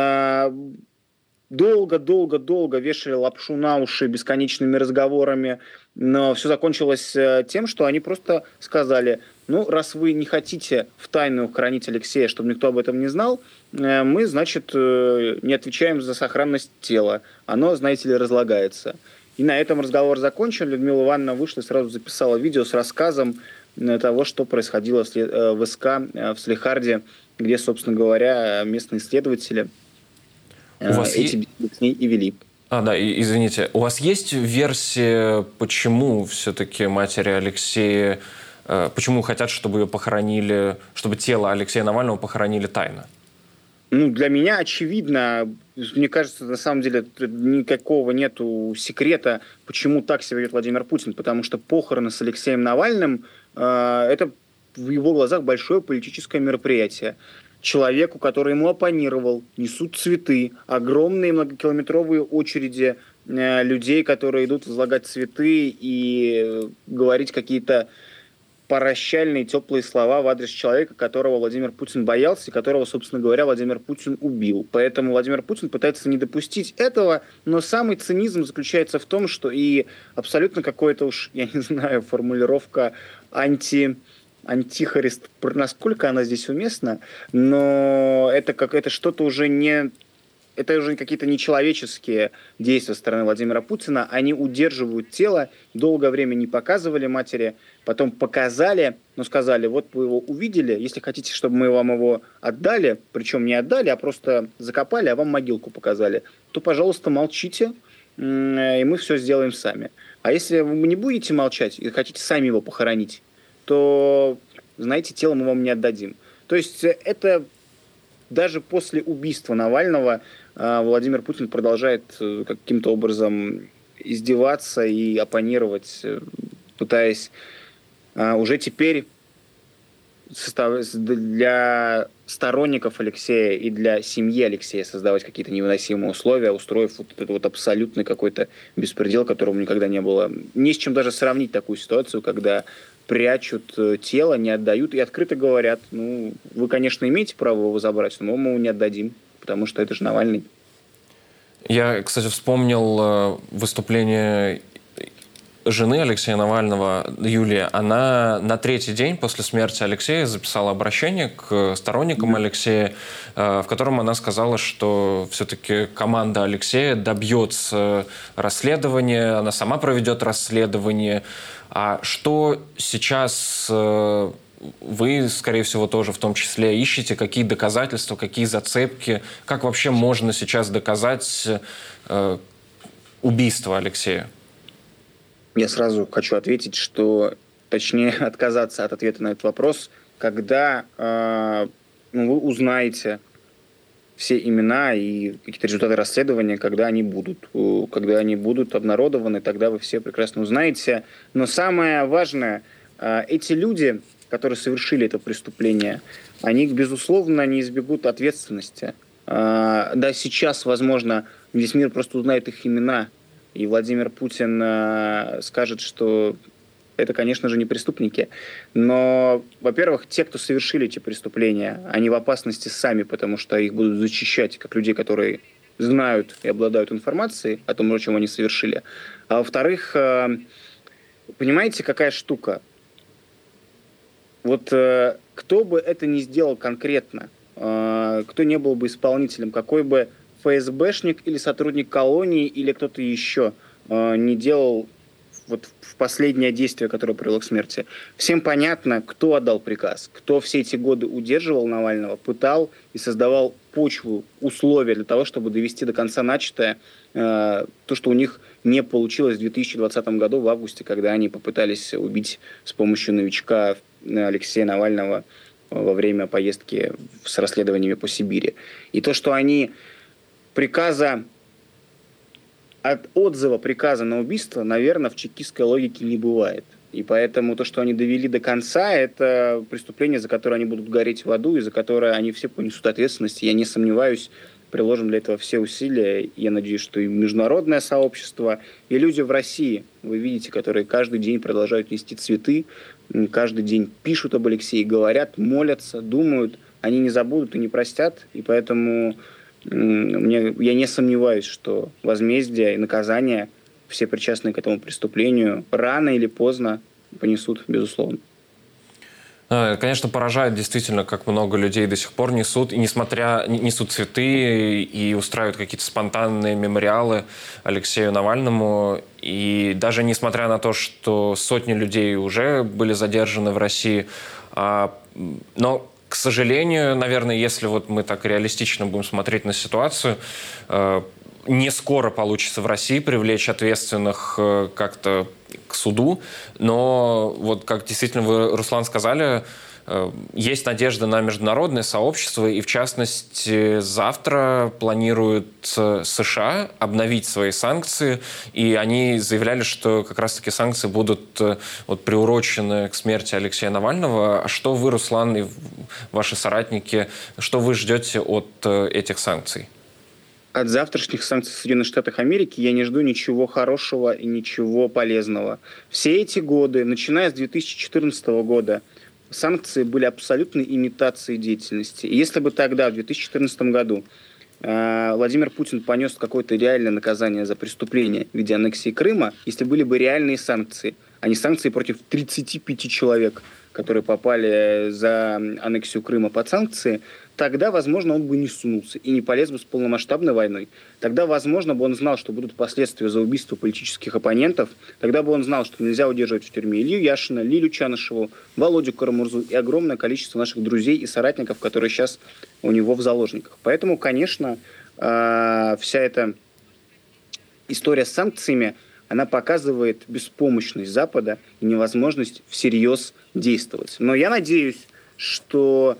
Долго-долго-долго вешали лапшу на уши бесконечными разговорами, но все закончилось тем, что они просто сказали, ну, раз вы не хотите в тайну хранить Алексея, чтобы никто об этом не знал, мы, значит, не отвечаем за сохранность тела. Оно, знаете ли, разлагается. И на этом разговор закончен. Людмила Ивановна вышла и сразу записала видео с рассказом того, что происходило в СК в Салехарде, где, собственно говоря, местные следователи у вас эти беседы с ней и вели. А, да, извините. У вас есть версия, почему все-таки матери Алексея, почему хотят, чтобы ее похоронили, чтобы тело Алексея Навального похоронили тайно? Ну, для меня очевидно, мне кажется, на самом деле никакого нету секрета, почему так себя ведет Владимир Путин, потому что похороны с Алексеем Навальным э, это в его глазах большое политическое мероприятие. Человеку, который ему оппонировал, несут цветы, огромные многокилометровые очереди э, людей, которые идут возлагать цветы и говорить какие-то прощальные, теплые слова в адрес человека, которого Владимир Путин боялся и которого, собственно говоря, Владимир Путин убил. Поэтому Владимир Путин пытается не допустить этого, но самый цинизм заключается в том, что и абсолютно какое-то уж, я не знаю, формулировка анти... антихрист, насколько она здесь уместна, но это как это что-то уже не это уже какие-то нечеловеческие действия со стороны Владимира Путина. Они удерживают тело, долгое время не показывали матери, потом показали, но сказали, вот вы его увидели, если хотите, чтобы мы вам его отдали, причем не отдали, а просто закопали, а вам могилку показали, то, пожалуйста, молчите, и мы все сделаем сами. А если вы не будете молчать и хотите сами его похоронить, то, знаете, тело мы вам не отдадим. То есть это даже после убийства Навального Владимир Путин продолжает каким-то образом издеваться и оппонировать, пытаясь уже теперь для сторонников Алексея и для семьи Алексея создавать какие-то невыносимые условия, устроив вот этот вот абсолютный какой-то беспредел, которого никогда не было. Не с чем даже сравнить такую ситуацию, когда прячут тело, не отдают и открыто говорят, ну, вы, конечно, имеете право его забрать, но мы его не отдадим, потому что это же Навальный. Я, кстати, вспомнил выступление жены Алексея Навального, Юлии. Она на третий день после смерти Алексея записала обращение к сторонникам Алексея, в котором она сказала, что все-таки команда Алексея добьется расследования, она сама проведет расследование. А что сейчас вы, скорее всего, тоже в том числе ищете? Какие доказательства, какие зацепки? Как вообще можно сейчас доказать убийство Алексея? Я сразу хочу ответить, что, точнее, отказаться от ответа на этот вопрос, когда э, ну, вы узнаете все имена и какие-то результаты расследования, когда они будут. Когда они будут обнародованы, тогда вы все прекрасно узнаете. Но самое важное, э, эти люди, которые совершили это преступление, они, безусловно, не избегут ответственности. Э, да, сейчас, возможно, весь мир просто узнает их имена, и Владимир Путин э, скажет, что это, конечно же, не преступники. Но, во-первых, те, кто совершили эти преступления, они в опасности сами, потому что их будут зачищать как людей, которые знают и обладают информацией о том, о чем они совершили. А во-вторых, э, понимаете, какая штука? Вот э, кто бы это ни сделал конкретно, э, кто не был бы исполнителем, какой бы ФСБшник или сотрудник колонии или кто-то еще э, не делал вот в последнее действие, которое привело к смерти. Всем понятно, кто отдал приказ, кто все эти годы удерживал Навального, пытал и создавал почву, условия для того, чтобы довести до конца начатое, э, то, что у них не получилось в две тысячи двадцатом году, в августе, когда они попытались убить с помощью новичка Алексея Навального во время поездки с расследованиями по Сибири. И то, что они приказа, от отзыва приказа на убийство, наверное, в чекистской логике не бывает. И поэтому то, что они довели до конца, это преступление, за которое они будут гореть в аду, и за которое они все понесут ответственность. Я не сомневаюсь, приложим для этого все усилия. Я надеюсь, что и международное сообщество, и люди в России, вы видите, которые каждый день продолжают нести цветы, каждый день пишут об Алексее, говорят, молятся, думают, они не забудут и не простят. И поэтому Мне, я не сомневаюсь, что возмездие и наказание все причастные к этому преступлению рано или поздно понесут, безусловно. Конечно, поражает действительно, как много людей до сих пор несут, и несмотря несут цветы и устраивают какие-то спонтанные мемориалы Алексею Навальному. И даже несмотря на то, что сотни людей уже были задержаны в России, но к сожалению, наверное, если вот мы так реалистично будем смотреть на ситуацию, не скоро получится в России привлечь ответственных как-то к суду, но вот как действительно вы, Руслан, сказали, есть надежда на международное сообщество, и в частности завтра планируют США обновить свои санкции, и они заявляли, что как раз-таки санкции будут вот, приурочены к смерти Алексея Навального. А что вы, Руслан, и ваши соратники, что вы ждете от этих санкций? От завтрашних санкций в Соединенных Штатах Америки я не жду ничего хорошего и ничего полезного. Все эти годы, начиная с две тысячи четырнадцатого года, санкции были абсолютной имитацией деятельности. И если бы тогда, в две тысячи четырнадцатом году, э, Владимир Путин понес какое-то реальное наказание за преступление в виде аннексии Крыма, если были бы реальные санкции, а не санкции против тридцати пяти человек, которые попали за аннексию Крыма под санкции, тогда, возможно, он бы не сунулся и не полез бы с полномасштабной войной. Тогда, возможно, бы он знал, что будут последствия за убийство политических оппонентов. Тогда бы он знал, что нельзя удерживать в тюрьме Илью Яшина, Лилю Чанышеву, Володю Карамурзу и огромное количество наших друзей и соратников, которые сейчас у него в заложниках. Поэтому, конечно, вся эта история с санкциями, она показывает беспомощность Запада и невозможность всерьез действовать. Но я надеюсь, что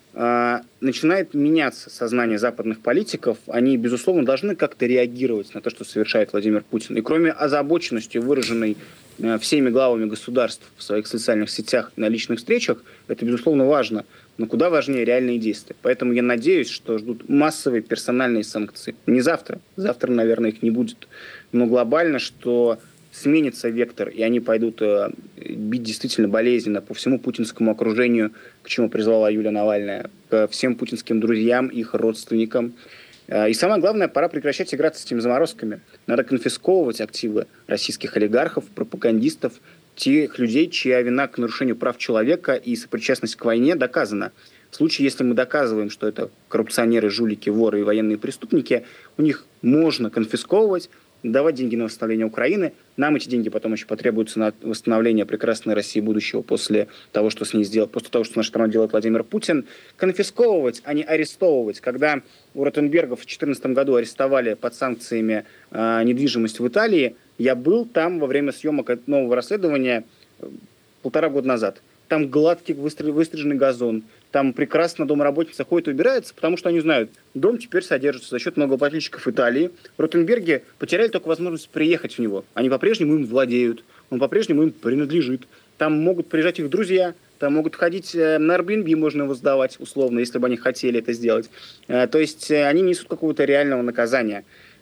э, начинает меняться сознание западных политиков. Они, безусловно, должны как-то реагировать на то, что совершает Владимир Путин. И кроме озабоченности, выраженной э, всеми главами государств в своих социальных сетях и на личных встречах, это, безусловно, важно. Но куда важнее реальные действия. Поэтому я надеюсь, что ждут массовые персональные санкции. Не завтра. Завтра, наверное, их не будет. Но глобально, что сменится вектор, и они пойдут э, бить действительно болезненно по всему путинскому окружению, к чему призвала Юлия Навальная, к всем путинским друзьям, их родственникам. Э, и самое главное, пора прекращать играться с этими заморозками. Надо конфисковывать активы российских олигархов, пропагандистов, тех людей, чья вина к нарушению прав человека и сопричастность к войне доказана. В случае, если мы доказываем, что это коррупционеры, жулики, воры и военные преступники, у них можно конфисковывать, давать деньги на восстановление Украины. Нам эти деньги потом еще потребуются на восстановление прекрасной России будущего после того, что с ней сделал, после того, что с нашей страной делает Владимир Путин. Конфисковывать, а не арестовывать. Когда у Ротенбергов в две тысячи четырнадцатом году арестовали под санкциями э, недвижимость в Италии, я был там во время съемок нового расследования полтора года назад. Там гладкий выстриженный газон. Там прекрасно домработница ходит и убирается, потому что они знают, дом теперь содержится за счет налогоплательщиков Италии. Ротенберги потеряли только возможность приехать в него. Они по-прежнему им владеют, он по-прежнему им принадлежит. Там могут приезжать их друзья, там могут ходить на Airbnb, можно его сдавать условно, если бы они хотели это сделать. То есть они несут какого-то реального наказания.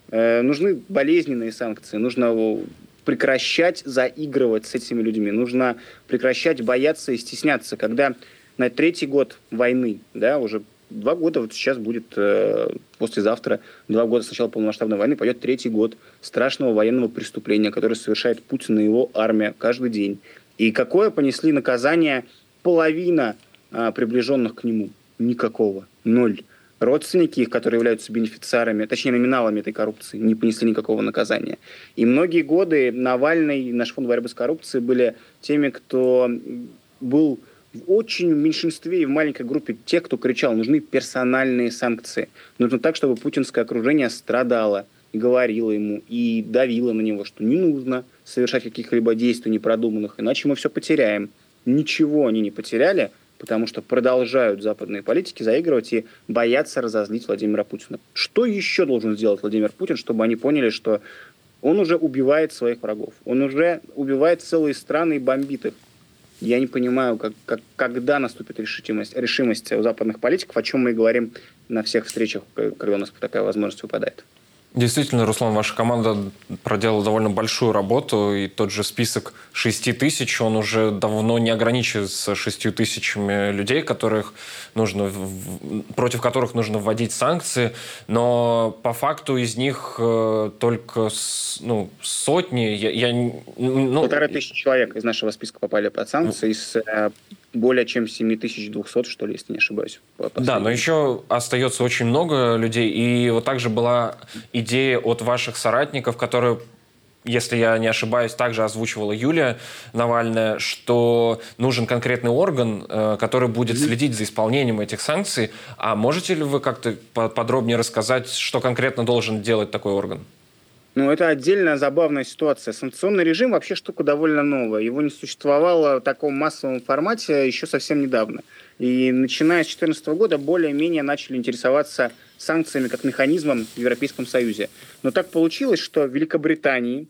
Нужны болезненные санкции, нужно прекращать заигрывать с этими людьми, нужно прекращать бояться и стесняться, когда на третий год войны, да, уже два года, вот сейчас будет э, послезавтра, два года с начала полномасштабной войны, пойдет третий год страшного военного преступления, которое совершает Путин и его армия каждый день. И какое понесли наказание половина э, приближенных к нему? Никакого. Ноль. Родственники их, которые являются бенефициарами, точнее номиналами этой коррупции, не понесли никакого наказания. И многие годы Навальный и наш фонд борьбы с коррупцией были теми, кто был в очень меньшинстве и в маленькой группе тех, кто кричал, нужны персональные санкции. Нужно так, чтобы путинское окружение страдало и говорило ему, и давило на него, что не нужно совершать каких-либо действий непродуманных, иначе мы все потеряем. Ничего они не потеряли, потому что продолжают западные политики заигрывать и боятся разозлить Владимира Путина. Что еще должен сделать Владимир Путин, чтобы они поняли, что он уже убивает своих врагов, он уже убивает целые страны и бомбит их? Я не понимаю, как, как, когда наступит решимость, решимость у западных политиков, о чем мы и говорим на всех встречах, когда у нас такая возможность выпадает. Действительно, Руслан, ваша команда проделала довольно большую работу, и тот же список шести тысяч, он уже давно не ограничивается шестью тысячами людей, которых нужно, против которых нужно вводить санкции, но по факту из них только ну, сотни... Я, я, ну... Полторы тысячи человек из нашего списка попали под санкции, из более чем семь тысяч двести, что ли, если не ошибаюсь. Да, но еще остается очень много людей. И вот также была идея от ваших соратников, которые, если я не ошибаюсь, также озвучивала Юлия Навальная, что нужен конкретный орган, который будет следить за исполнением этих санкций. А можете ли вы как-то подробнее рассказать, что конкретно должен делать такой орган? Ну, это отдельная забавная ситуация. Санкционный режим вообще штука довольно новая. Его не существовало в таком массовом формате еще совсем недавно. И начиная с две тысячи четырнадцатого года более-менее начали интересоваться санкциями как механизмом в Европейском Союзе. Но так получилось, что в Великобритании,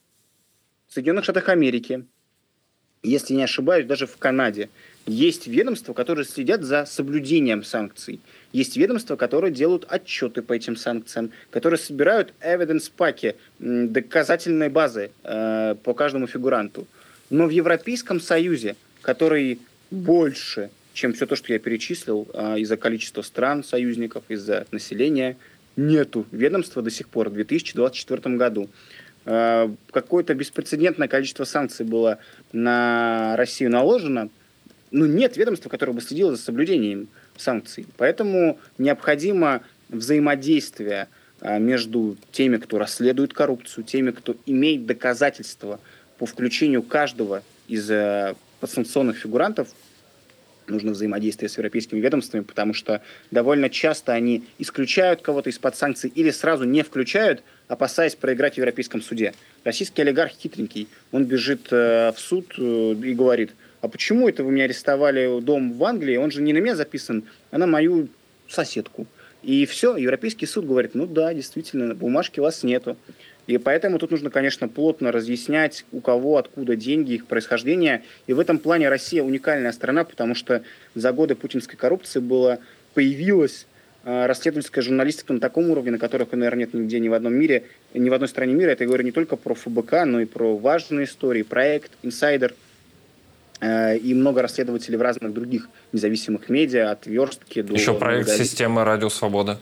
в Соединенных Штатах Америки, если не ошибаюсь, даже в Канаде, есть ведомства, которые следят за соблюдением санкций. Есть ведомства, которые делают отчеты по этим санкциям, которые собирают evidence-паки, доказательные базы э, по каждому фигуранту. Но в Европейском Союзе, который больше, чем все то, что я перечислил, э, из-за количества стран, союзников, из-за населения, нету ведомства до сих пор в две тысячи двадцать четвёртом году. Э, какое-то беспрецедентное количество санкций было на Россию наложено. ну, нет ведомства, которое бы следило за соблюдением санкций. Поэтому необходимо взаимодействие между теми, кто расследует коррупцию, теми, кто имеет доказательства по включению каждого из подсанкционных фигурантов. Нужно взаимодействие с европейскими ведомствами, потому что довольно часто они исключают кого-то из-под санкций или сразу не включают, опасаясь проиграть в Европейском суде. Российский олигарх хитренький. Он бежит в суд и говорит: а почему это вы меня арестовали дом в Англии? Он же не на меня записан, а на мою соседку. И все, Европейский суд говорит: ну да, действительно, бумажки у вас нету. И поэтому тут нужно, конечно, плотно разъяснять, у кого, откуда деньги, их происхождение. И в этом плане Россия уникальная страна, потому что за годы путинской коррупции было, появилась э, расследовательская журналистика на таком уровне, на которых, наверное, нет нигде, ни в одном мире, ни в одной стране мира. Это я говорю не только про эф бэ ка, но и про важные истории, проект, инсайдер э, и много расследователей в разных других независимых медиа, от Верстки до... Еще проект «Система Радио Свобода».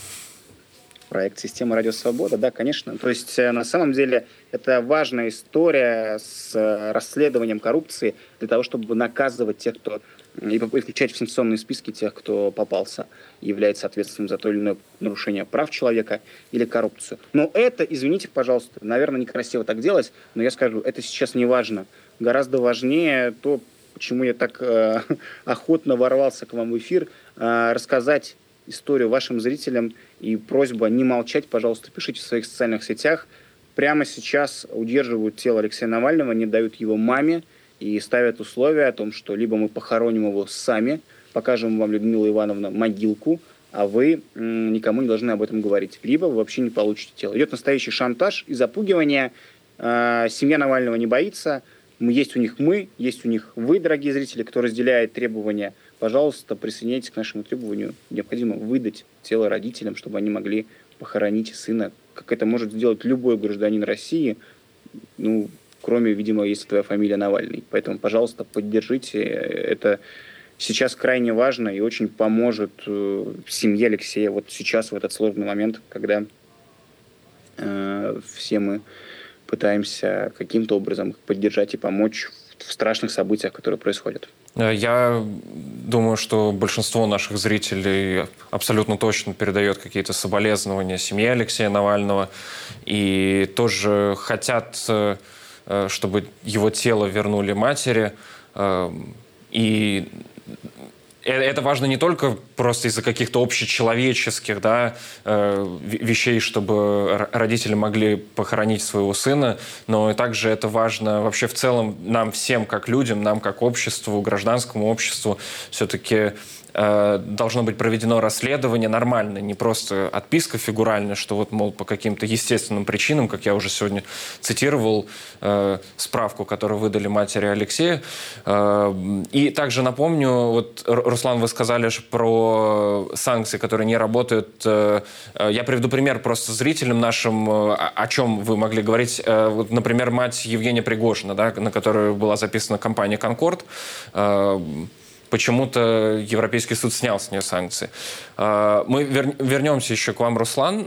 Проект «Система Радио Свобода», да, конечно. То есть, на самом деле, это важная история с расследованием коррупции для того, чтобы наказывать тех, кто... и включать в санкционные списки тех, кто попался и является ответственным за то или иное нарушение прав человека или коррупцию. Но это, извините, пожалуйста, наверное, некрасиво так делать, но я скажу, это сейчас не важно. Гораздо важнее то, почему я так э, охотно ворвался к вам в эфир, э, рассказать историю вашим зрителям. И просьба не молчать, пожалуйста, пишите в своих социальных сетях. Прямо сейчас удерживают тело Алексея Навального, не дают его маме и ставят условия о том, что либо мы похороним его сами, покажем вам, Людмила Ивановна, могилку, а вы м, никому не должны об этом говорить. Либо вы вообще не получите тело. Идет настоящий шантаж и запугивание. Э, семья Навального не боится. Есть у них мы, есть у них вы, дорогие зрители, кто разделяет требования. Пожалуйста, присоединяйтесь к нашему требованию. Необходимо выдать тело родителям, чтобы они могли похоронить сына, как это может сделать любой гражданин России, ну, кроме, видимо, если твоя фамилия Навальный. Поэтому, пожалуйста, поддержите. Это сейчас крайне важно и очень поможет семье Алексея вот сейчас, в этот сложный момент, когда э, все мы пытаемся каким-то образом их поддержать и помочь в страшных событиях, которые происходят. Я думаю, что большинство наших зрителей абсолютно точно передает какие-то соболезнования семье Алексея Навального и тоже хотят, чтобы его тело вернули матери. И это важно не только просто из-за каких-то общечеловеческих, да, вещей, чтобы родители могли похоронить своего сына, но и также это важно вообще в целом нам всем, как людям, нам как обществу, гражданскому обществу, все-таки должно быть проведено расследование нормально, не просто отписка фигуральная, что вот, мол, по каким-то естественным причинам, как я уже сегодня цитировал э, справку, которую выдали матери Алексея. Э, и также напомню, вот, Руслан, вы сказали про санкции, которые не работают. Э, я приведу пример просто зрителям нашим, э, о чем вы могли говорить. Э, вот, например, мать Евгения Пригожина, да, на которую была записана компания «Конкорд». Э, Почему-то Европейский суд снял с нее санкции. Мы вернемся еще к вам, Руслан.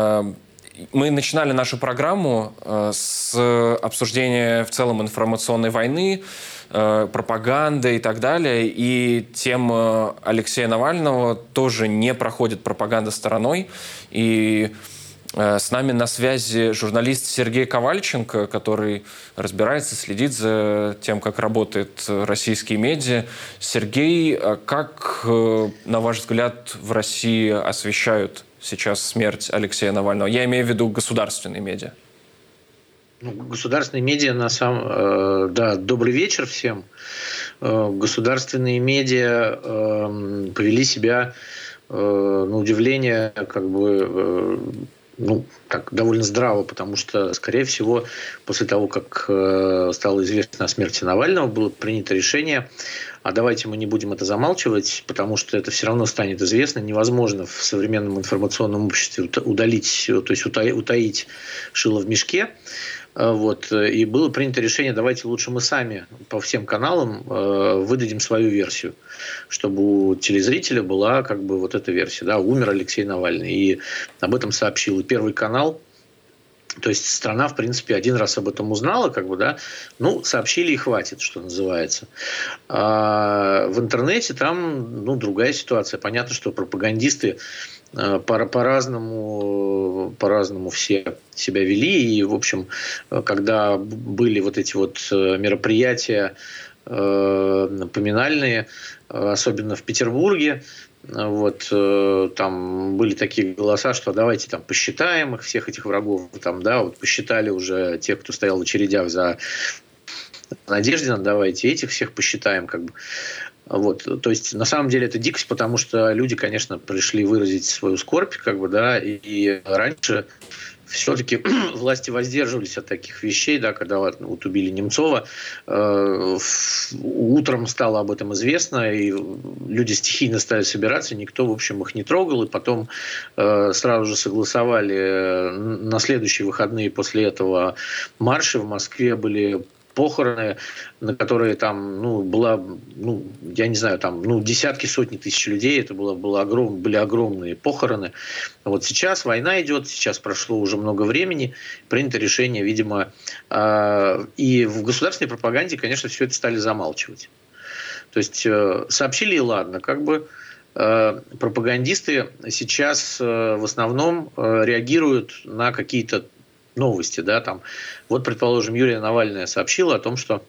Мы начинали нашу программу с обсуждения в целом информационной войны, пропаганды и так далее. И тема Алексея Навального тоже не проходит пропаганда стороной. И с нами на связи журналист Сергей Ковальченко, который разбирается, следит за тем, как работают российские медиа. Сергей, как, на ваш взгляд, в России освещают сейчас смерть Алексея Навального? Я имею в виду государственные медиа. Ну, государственные медиа, на самом... Э, да, добрый вечер всем. Э, государственные медиа э, повели себя, э, на удивление, как бы... Э, ну, так, довольно здраво, потому что, скорее всего, после того, как э, стало известно о смерти Навального, было принято решение, а давайте мы не будем это замалчивать, потому что это все равно станет известно. Невозможно в современном информационном обществе удалить, то есть утаить, утаить шило в мешке. Вот. И было принято решение, давайте лучше мы сами по всем каналам э, выдадим свою версию, чтобы у телезрителя была как бы вот эта версия. Да, умер Алексей Навальный. И об этом сообщил и Первый канал, То есть страна, в принципе, один раз об этом узнала, как бы, да, ну, сообщили и хватит, что называется. А в интернете там, ну, другая ситуация. Понятно, что пропагандисты по-разному, по-разному все себя вели. И, в общем, когда были вот эти вот мероприятия поминальные, особенно в Петербурге, вот, там были такие голоса, что давайте там посчитаем их, всех этих врагов, там, да, вот посчитали уже тех, кто стоял в очередях за Надеждина, давайте этих всех посчитаем, как бы. Вот, то есть, на самом деле, это дикость, потому что люди, конечно, пришли выразить свою скорбь, как бы, да, и, и раньше все-таки власти воздерживались от таких вещей, да, когда вот, вот убили Немцова, э, утром стало об этом известно, и люди стихийно стали собираться, никто, в общем, их не трогал, и потом э, сразу же согласовали на следующие выходные после этого марши в Москве были похороны, на которые там, ну, была, ну, я не знаю, там, ну, десятки, сотни тысяч людей, это было, было огром, были огромные похороны. Вот сейчас война идет, сейчас прошло уже много времени, принято решение, видимо, э, и в государственной пропаганде, конечно, все это стали замалчивать. То есть э, сообщили, и ладно, как бы э, пропагандисты сейчас э, в основном э, реагируют на какие-то новости, да, там, вот, предположим, Юлия Навальная сообщила о том, что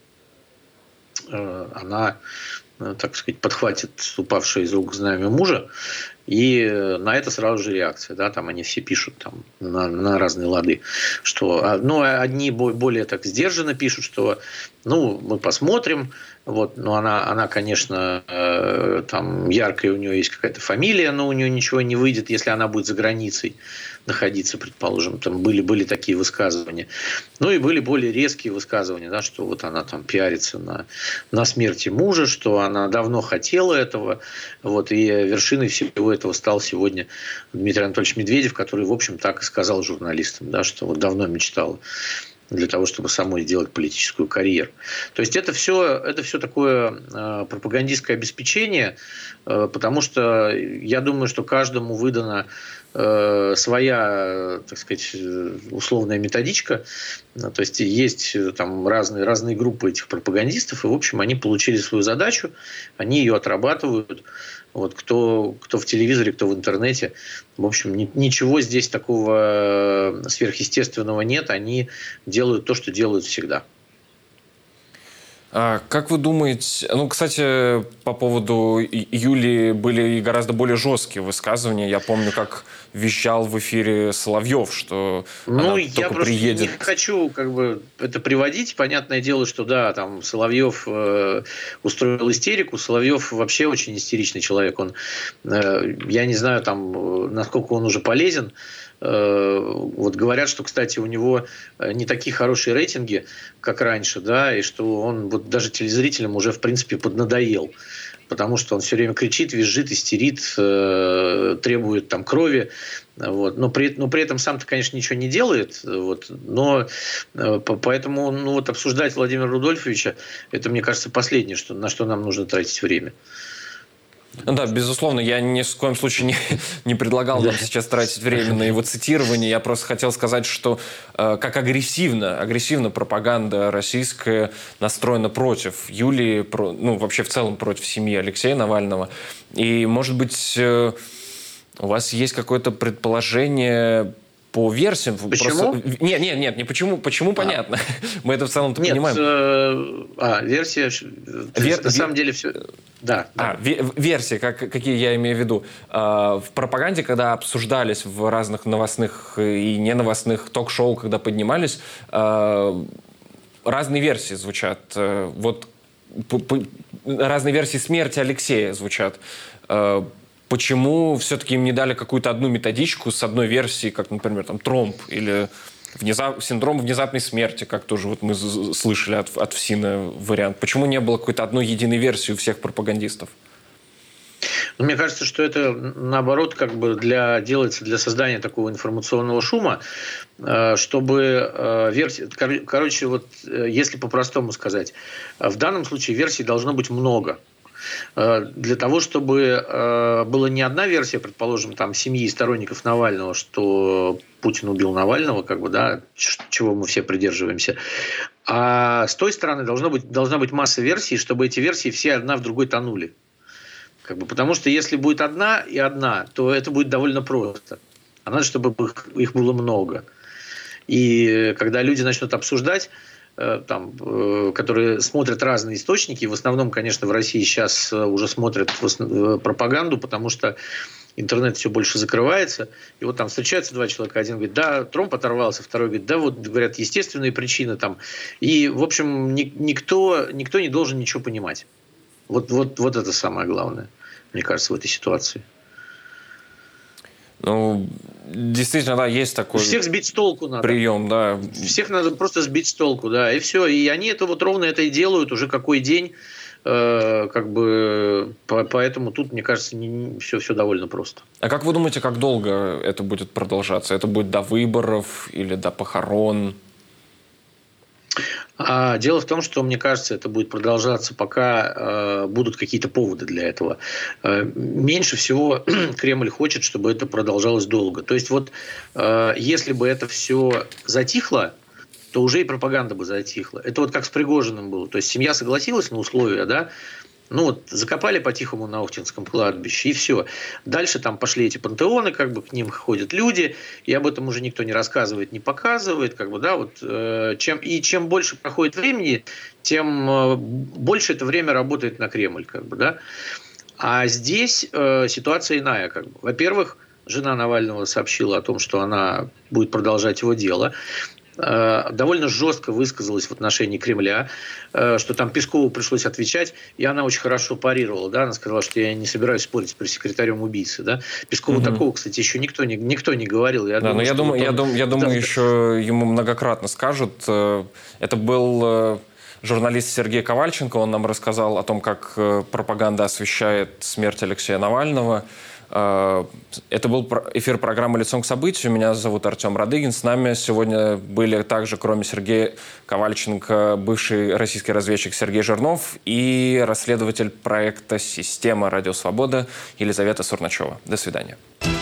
э, она, э, так сказать, подхватит упавшее из рук знамя мужа, и на это сразу же реакция, да, там они все пишут там на, на разные лады, что, ну, одни более так сдержанно пишут, что, ну, мы посмотрим, вот, но она, она, конечно, э, там яркая, у нее есть какая-то фамилия, но у нее ничего не выйдет, если она будет за границей находиться, предположим, там были, были такие высказывания. Ну и были более резкие высказывания, да, что вот она там пиарится на, на смерти мужа, что она давно хотела этого, вот, и вершиной всего этого стал сегодня Дмитрий Анатольевич Медведев, который, в общем, так и сказал журналистам, да, что вот давно мечтал для того, чтобы самой сделать политическую карьеру. То есть это все, это все такое э, пропагандистское обеспечение, э, потому что я думаю, что каждому выдана э, своя, так сказать, условная методичка. То есть есть там разные, разные группы этих пропагандистов, и, в общем, они получили свою задачу, они ее отрабатывают. Вот, кто, кто в телевизоре, кто в интернете. В общем, ни, ничего здесь такого сверхъестественного нет. Они делают то, что делают всегда. А как вы думаете... Ну, кстати, по поводу Юлии были и гораздо более жесткие высказывания. Я помню, как вещал в эфире Соловьев, что ну, она я только просто приедет. Не хочу как бы это приводить. Понятное дело, что да, там Соловьев э, устроил истерику. Соловьев вообще очень истеричный человек. Он, э, я не знаю, там, насколько он уже полезен. Вот говорят, что, кстати, у него не такие хорошие рейтинги, как раньше, да, и что он вот даже телезрителям уже, в принципе, поднадоел, потому что он все время кричит, визжит, истерит, требует там крови, вот. Но, при, но при этом сам-то, конечно, ничего не делает, вот. Но поэтому ну, вот обсуждать Владимира Рудольфовича, это, мне кажется, последнее, что, на что нам нужно тратить время. Да, безусловно, я ни в коем случае не, не предлагал нам сейчас тратить время на его цитирование. Я просто хотел сказать, что э, как агрессивно, агрессивно пропаганда российская настроена против Юлии, про, ну, вообще в целом против семьи Алексея Навального. И, может быть, э, у вас есть какое-то предположение по версиям? Почему? Просто... Нет, нет, нет, не почему. Почему, а. понятно. Мы это в целом-то нет, понимаем. Э, а, версия... Вер... На самом деле все... Да, а, да. версии, как, какие я имею в виду. В пропаганде, когда обсуждались в разных новостных и неновостных ток-шоу, когда поднимались, разные версии звучат. Вот разные версии смерти Алексея звучат. Почему все-таки им не дали какую-то одну методичку с одной версией, как, например, там, тромб или внезап... синдром внезапной смерти, как тоже вот мы слышали от, от ФСИНа вариант. Почему не было какой-то одной единой версии у всех пропагандистов? Ну, мне кажется, что это, наоборот, как бы для, делается для создания такого информационного шума, чтобы версии... Короче, вот если по-простому сказать, в данном случае версий должно быть много. для того, чтобы была не одна версия, предположим, там, семьи сторонников Навального, что Путин убил Навального, как бы, да, чего мы все придерживаемся. А с той стороны должно быть, должна быть масса версий, чтобы эти версии все одна в другой тонули. Как бы, потому что если будет одна и одна, то это будет довольно просто. А надо, чтобы их, их было много. И когда люди начнут обсуждать, там, которые смотрят разные источники, в основном, конечно, в России сейчас уже смотрят пропаганду, потому что интернет все больше закрывается. И вот там встречаются два человека. Один говорит, да, Тромп оторвался. Второй говорит, да, вот, говорят, естественные причины там. И, в общем, ни, никто, никто не должен ничего понимать. Вот, вот, вот это самое главное, мне кажется, в этой ситуации. Ну, действительно, да, есть такой всех сбить с толку надо. Прием, да. Всех надо просто сбить с толку, да, и все. И они это вот ровно это и делают уже какой день. Э, как бы, поэтому тут, мне кажется, не, не, все, все довольно просто. А как вы думаете, как долго это будет продолжаться? Это будет до выборов или до похорон? А дело в том, что, мне кажется, это будет продолжаться, пока э, будут какие-то поводы для этого. Э, меньше всего Кремль хочет, чтобы это продолжалось долго. То есть, вот э, если бы это все затихло, то уже и пропаганда бы затихла. Это вот как с Пригожиным было. То есть, семья согласилась на условия, да, ну вот закопали по-тихому на Охтинском кладбище, и все. Дальше там пошли эти пантеоны, как бы к ним ходят люди, и об этом уже никто не рассказывает, не показывает, как бы, да, вот, э, чем, и чем больше проходит времени, тем э, больше это время работает на Кремль, как бы, да. А здесь э, ситуация иная, как бы. Во-первых, жена Навального сообщила о том, что она будет продолжать его дело. Довольно жестко высказалась в отношении Кремля, что там Пескову пришлось отвечать, и она очень хорошо парировала, да, она сказала, что я не собираюсь спорить с пресс-секретарем убийцы, да. Пескову угу. такого, кстати, еще никто не, никто не говорил. Я да, думаю, но я думаю, вот он... я думаю, я думаю, еще ему многократно скажут. Это был журналист Сергей Ковальченко, он нам рассказал о том, как пропаганда освещает смерть Алексея Навального. Это был эфир программы «Лицом к событию». Меня зовут Артем Радыгин. С нами сегодня были также, кроме Сергея Ковальченко, бывший российский разведчик Сергей Жирнов и расследователь проекта «Система. Радио Свобода» Елизавета Сурначева. До свидания.